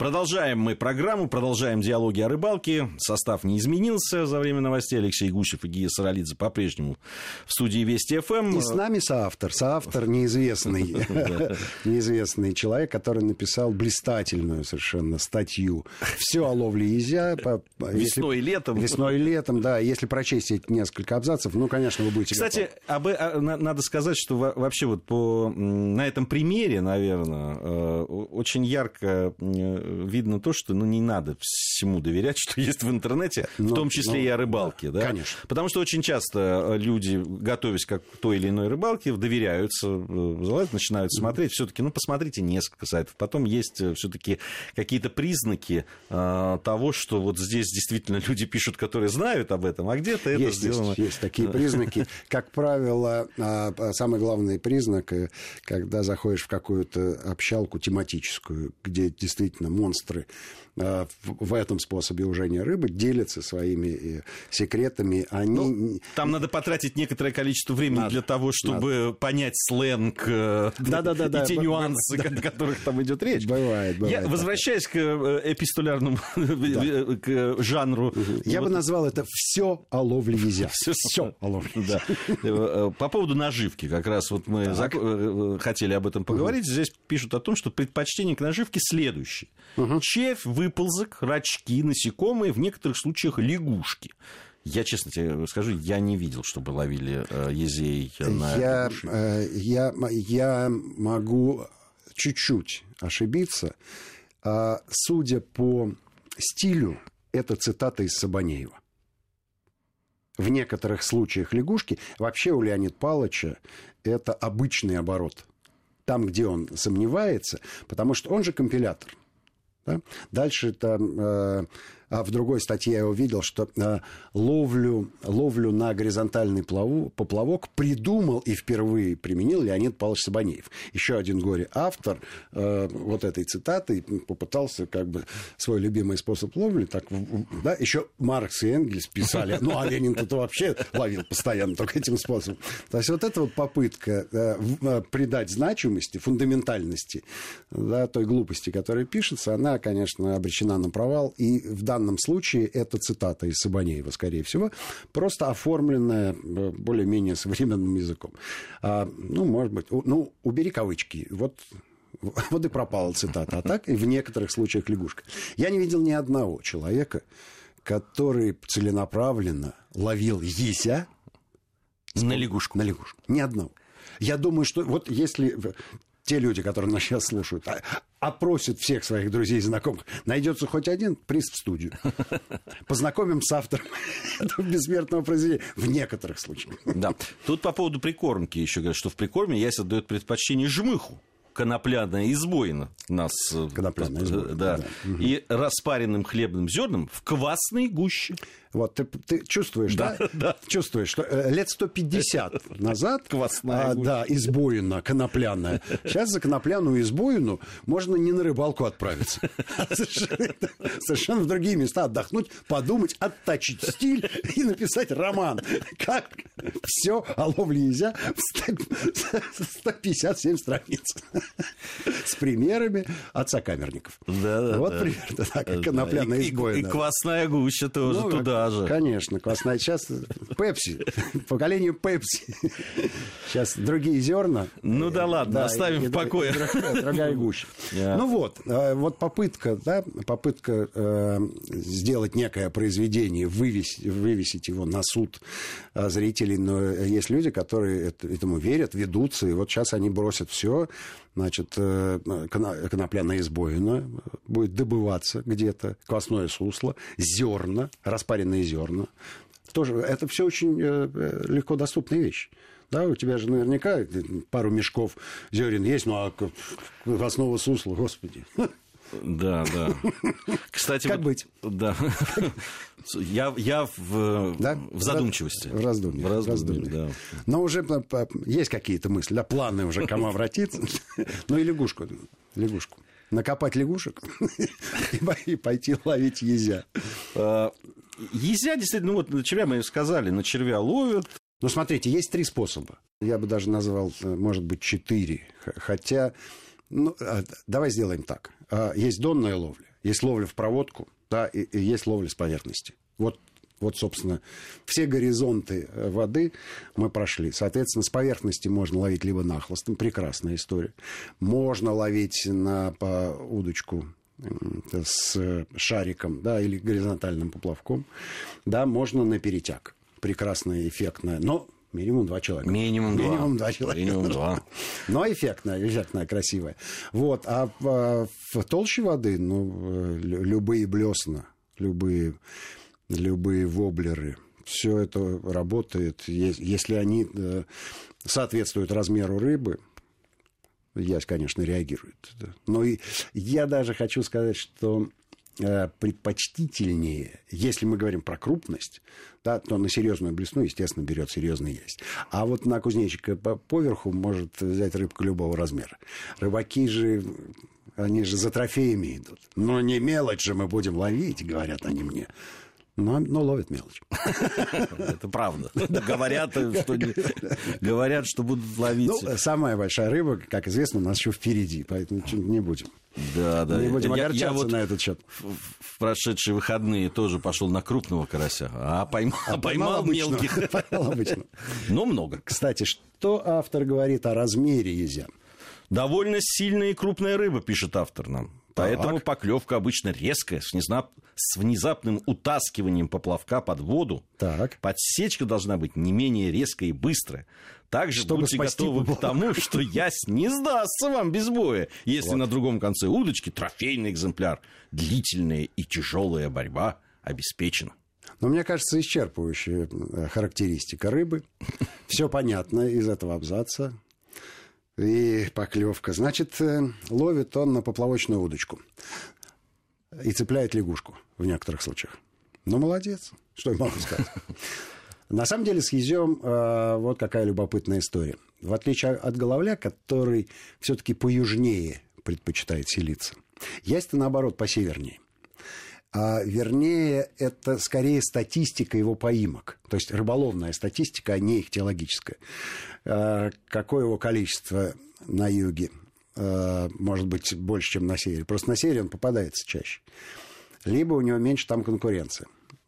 Продолжаем мы программу, продолжаем диалоги о рыбалке. Состав не изменился за время новостей. Алексей Гусев и Гия Саралидзе по-прежнему в студии Вести ФМ. И с нами соавтор неизвестный человек, который написал блистательную совершенно статью «Все о ловле езя». Весной и летом. Весной и летом, да. Если прочесть эти несколько абзацев, ну, конечно, вы будете... Кстати, надо сказать, что вообще вот на этом примере, наверное, очень ярко видно то, что не надо всему доверять, что есть в интернете, в том числе и о рыбалке. Да? Конечно. Потому что очень часто люди, готовясь к той или иной рыбалке, доверяются, начинают смотреть. Все-таки, посмотрите несколько сайтов. Потом есть все-таки какие-то признаки того, что вот здесь действительно люди пишут, которые знают об этом, а где-то это сделано... Есть такие признаки. Как правило, самый главный признак, когда заходишь в какую-то общалку тематическую, где действительно монстры в этом способе ужения рыбы делятся своими секретами. Там надо потратить некоторое количество времени для того, чтобы понять сленг и те нюансы, о которых там идет речь. Бывает. Возвращаясь к эпистолярному к жанру... Я бы назвал это «все о ловле езя». Все о ловле езя. По поводу наживки, как раз вот мы хотели об этом поговорить. Здесь пишут о том, что предпочтение к наживке следующее. Червь, выползок, рачки, насекомые, в некоторых случаях лягушки. Я, честно тебе скажу, я не видел, чтобы ловили езей на лягушек. Я могу чуть-чуть ошибиться. Судя по стилю, это цитата из Сабанеева. В некоторых случаях лягушки, вообще у Леонида Павловича это обычный оборот. Там, где он сомневается, потому что он же компилятор. Да? Дальше там, в другой статье я увидел, что ловлю на горизонтальный поплавок придумал и впервые применил Леонид Павлович Сабанеев. Еще один горе-автор вот этой цитаты попытался как бы свой любимый способ ловли. Так, да? Еще Маркс и Энгельс писали, а Ленин-то вообще ловил постоянно только этим способом. То есть вот эта вот попытка придать значимости, фундаментальности, да, той глупости, которая пишется, она, конечно, обречена на провал. И в данном случае это цитата из Сабанеева, скорее всего, просто оформленная более-менее современным языком. Может быть, убери кавычки. Вот и пропала цитата. А так и в некоторых случаях лягушка. Я не видел ни одного человека, который целенаправленно ловил езя на лягушку. Ни одного. Я думаю, что вот если... Те люди, которые нас сейчас слушают, опросят всех своих друзей и знакомых. Найдется хоть один, приз в студию. Познакомим с автором этого бессмертного произведения. В некоторых случаях. Да. Тут по поводу прикормки еще говорят, что в прикорме ясь отдает предпочтение жмыху. Конопляная избоина нас... Конопляная избоина, да. И распаренным хлебным зерном в квасной гуще. Вот ты чувствуешь, да? Да. Чувствуешь, что лет 150 назад квасная гуща. Да, избоина конопляная. Сейчас за конопляную избоину можно не на рыбалку отправиться. Совершенно в другие места отдохнуть, подумать, отточить стиль и написать роман. Как все о ловле езя в 157 страниц. С примерами от сокамерников. Да. Вот примерно так, как конопляная избоина. И квасная гуща тоже туда же. Конечно, квасная. Сейчас Пепси, поколение Пепси. Сейчас другие зерна. Да ладно, оставим в покое. Другая гуща. Вот попытка сделать некое произведение, вывесить его на суд зрителей. Но есть люди, которые этому верят, ведутся, и вот сейчас они бросят все. Значит, конопляная избоина будет добываться где-то, квасное сусло, зерна, распаренные зерна. Тоже это все очень легко доступные вещи. Да, у тебя же наверняка пару мешков зерен есть, квасного сусла, господи. Да. Кстати, как быть? Да. Я в задумчивости. В раздумье. Да. Но уже есть какие-то мысли, да, планы уже, к кому обратиться. И лягушку. Накопать лягушек и пойти ловить езя. Езя, действительно, на червя мы сказали, на червя ловят. Смотрите, есть 3 способа. Я бы даже назвал, может быть, 4. Хотя, давай сделаем так. Есть донная ловля, Есть ловля в проводку, да, и есть ловля с поверхности. Вот, собственно, все горизонты воды мы прошли. Соответственно, с поверхности можно ловить либо нахлостом, прекрасная история. Можно ловить по удочку с шариком, да, или горизонтальным поплавком. Да, можно на перетяг. Прекрасная, эффектная, но минимум 2 человека. Минимум 2 человека. Минимум 2. Но эффектная, красивая. Вот. А в толще воды, любые блесна, любые воблеры, все это работает. Если они соответствуют размеру рыбы, ясь, конечно, реагирует. Но я даже хочу сказать, что предпочтительнее, если мы говорим про крупность, да, то на серьезную блесну, естественно, берет серьезный ясь. А вот на кузнечика поверху может взять рыбку любого размера. Рыбаки же, они же за трофеями идут. Но не мелочь же мы будем ловить, говорят они мне. Но ловят мелочь. Это правда. Говорят, что будут ловить. Самая большая рыба, как известно, у нас еще впереди, поэтому не будем. Да. Не будем огорчаться на этот счет. В прошедшие выходные тоже пошел на крупного карася, а поймал мелких. Поймал обычно. Но много. Кстати, что автор говорит о размере езя? Довольно сильная и крупная рыба, пишет автор нам. Поэтому поклевка обычно резкая, с внезапным утаскиванием поплавка под воду. Так. Подсечка должна быть не менее резкая и быстрая. Также будьте готовы к тому, что ясь не сдастся вам без боя, если на другом конце удочки трофейный экземпляр. Длительная и тяжелая борьба обеспечена. Но мне кажется, исчерпывающая характеристика рыбы. Все понятно из этого абзаца. И поклевка. Значит, ловит он на поплавочную удочку. И цепляет лягушку в некоторых случаях. Ну, молодец. Что я могу сказать? На самом деле, с езем вот какая любопытная история. В отличие от головля, который все-таки поюжнее предпочитает селиться, ясь-то, наоборот, посевернее. Вернее, это скорее статистика его поимок. То есть рыболовная статистика, а не ихтиологическая. Какое его количество на юге? Может быть, больше, чем на севере. Просто на севере он попадается чаще. Либо у него меньше там конкуренции.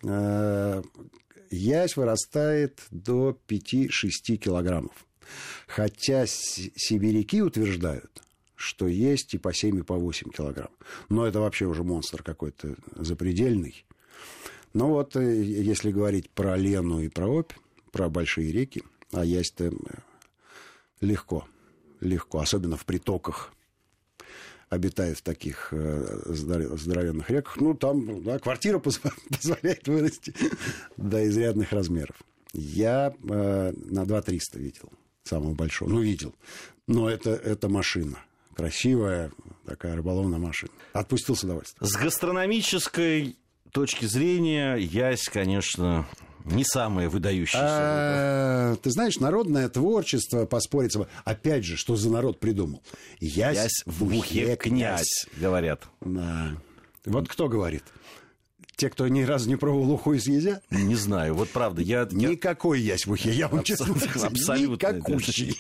Ясь вырастает до 5-6 килограммов. Хотя сибиряки утверждают, что есть и по 7, и по 8 килограмм. Но это вообще уже монстр какой-то запредельный. Но вот если говорить про Лену и про Обь, про большие реки, а ясь-то легко, особенно в притоках, обитает в таких здоровенных реках. Ну, там, да, квартира позволяет вырасти до изрядных размеров. Я на 2300 видел, самого большого. Ну, видел. Но это машина. Красивая такая рыболовная машина. Отпустил с удовольствием. С гастрономической точки зрения ясь, конечно, не самое выдающееся. Ты знаешь, народное творчество, поспорить. Опять же, что за народ придумал? Ясь в ухе князь, говорят. Да. Вот кто говорит? Те, кто ни разу не пробовал уху из езя? Не знаю, вот правда. Никакой ясь в ухе, я вам честно скажу. Абсолютно. Никакущий.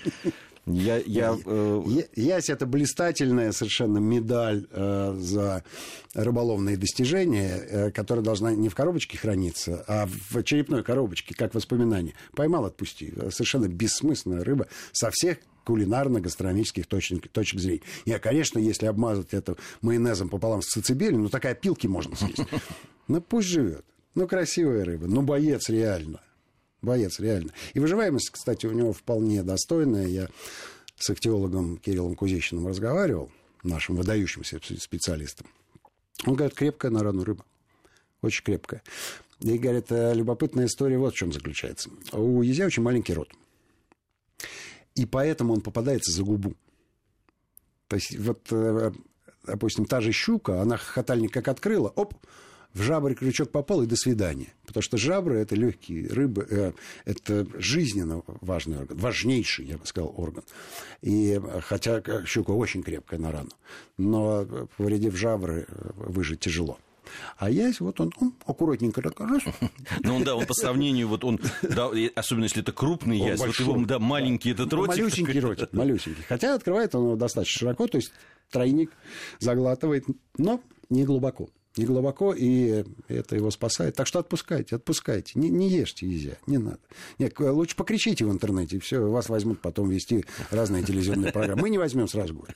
Ясь — это блистательная совершенно медаль за рыболовные достижения, которая должна не в коробочке храниться, а в черепной коробочке, как воспоминание. Поймал — отпусти. Совершенно бессмысленная рыба со всех кулинарно-гастрономических точек зрения. Конечно, если обмазать это майонезом пополам с цицибелем, такая пилки можно съесть. Пусть живет. Красивая рыба. Боец реально. Боец, реально. И выживаемость, кстати, у него вполне достойная. Я с ихтиологом Кириллом Кузищиным разговаривал, нашим выдающимся специалистом. Он говорит, крепкая на рану рыба. Очень крепкая. И, говорит, любопытная история вот в чем заключается. У езя очень маленький рот. И поэтому он попадается за губу. То есть, вот, допустим, та же щука, она хохотальник как открыла, оп, в жабры крючок попал, и до свидания. Потому что жабры — это легкие рыбы, это жизненно важный орган, важнейший, я бы сказал, орган. И хотя щука очень крепкая на рану, но повредив жабры, выжить тяжело. А ясь, вот он аккуратненько так раз. Ну да, он по сравнению, вот он, да, особенно если это крупный ясь, вот его, да, маленький этот ротик. Малюсенький малюсенький. Хотя открывает он его достаточно широко, то есть тройник заглатывает, но Не глубоко. Не глубоко, и это его спасает. Так что отпускайте. Не ешьте изя, не надо. Нет, лучше покричите в интернете, и все, вас возьмут потом вести разные телевизионные программы. Мы не возьмем сразу, говорю.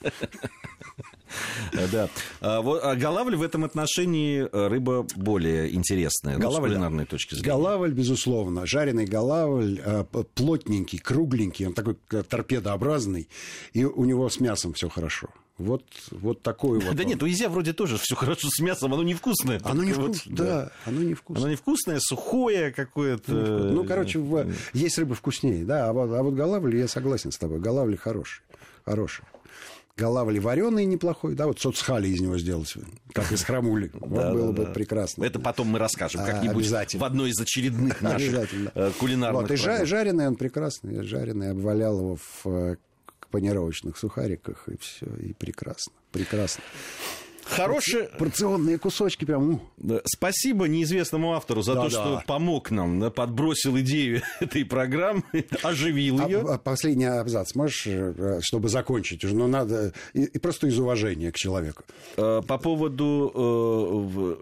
Да. А голавль в этом отношении рыба более интересная, с кулинарной точки зрения. Голавль, безусловно. Жареный голавль, плотненький, кругленький, он такой торпедообразный, и у него с мясом все хорошо. Вот такой вот. Да нет, у изя вроде тоже все хорошо с мясом, оно невкусное. Оно невкусное, да, оно невкусное. Оно невкусное, сухое какое-то. Ну, короче, есть рыба вкуснее, да, а вот голавль, я согласен с тобой, голавль хороший. Голавль вареный неплохой, да, вот соцхали из него сделать, как из храмули. Было бы прекрасно. Это потом мы расскажем как-нибудь в одной из очередных наших кулинарных программ. Жареный он прекрасный, я жареный, обвалял его в панировочных сухариках, и все, и прекрасно. Хорошие порционные кусочки прям. Спасибо неизвестному автору за то, что помог нам, подбросил идею этой программы, оживил ее. Последний абзац можешь, чтобы закончить уже, но надо и просто из уважения к человеку. По поводу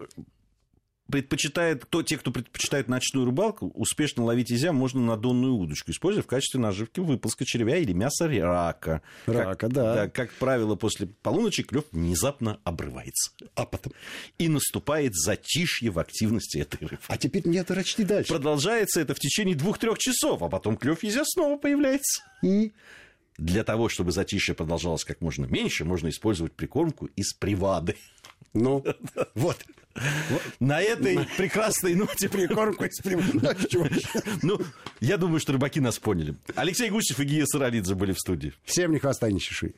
те, кто предпочитает ночную рыбалку, успешно ловить изя можно на донную удочку, используя в качестве наживки выползка червя или мяса рака. Да. Как правило, после полуночи клев внезапно обрывается. А потом? И наступает затишье в активности этой рыбы. А теперь не оторочти дальше. Продолжается это в течение 2-3 часов, а потом клев изя снова появляется. И? Для того, чтобы затишье продолжалось как можно меньше, можно использовать прикормку из привады. Ну, вот. На этой прекрасной ноте прикормку из привады. Ну, я думаю, что рыбаки нас поняли. Алексей Гусев и Гия Саралидзе были в студии. Всем ни хвоста, ни чешуи.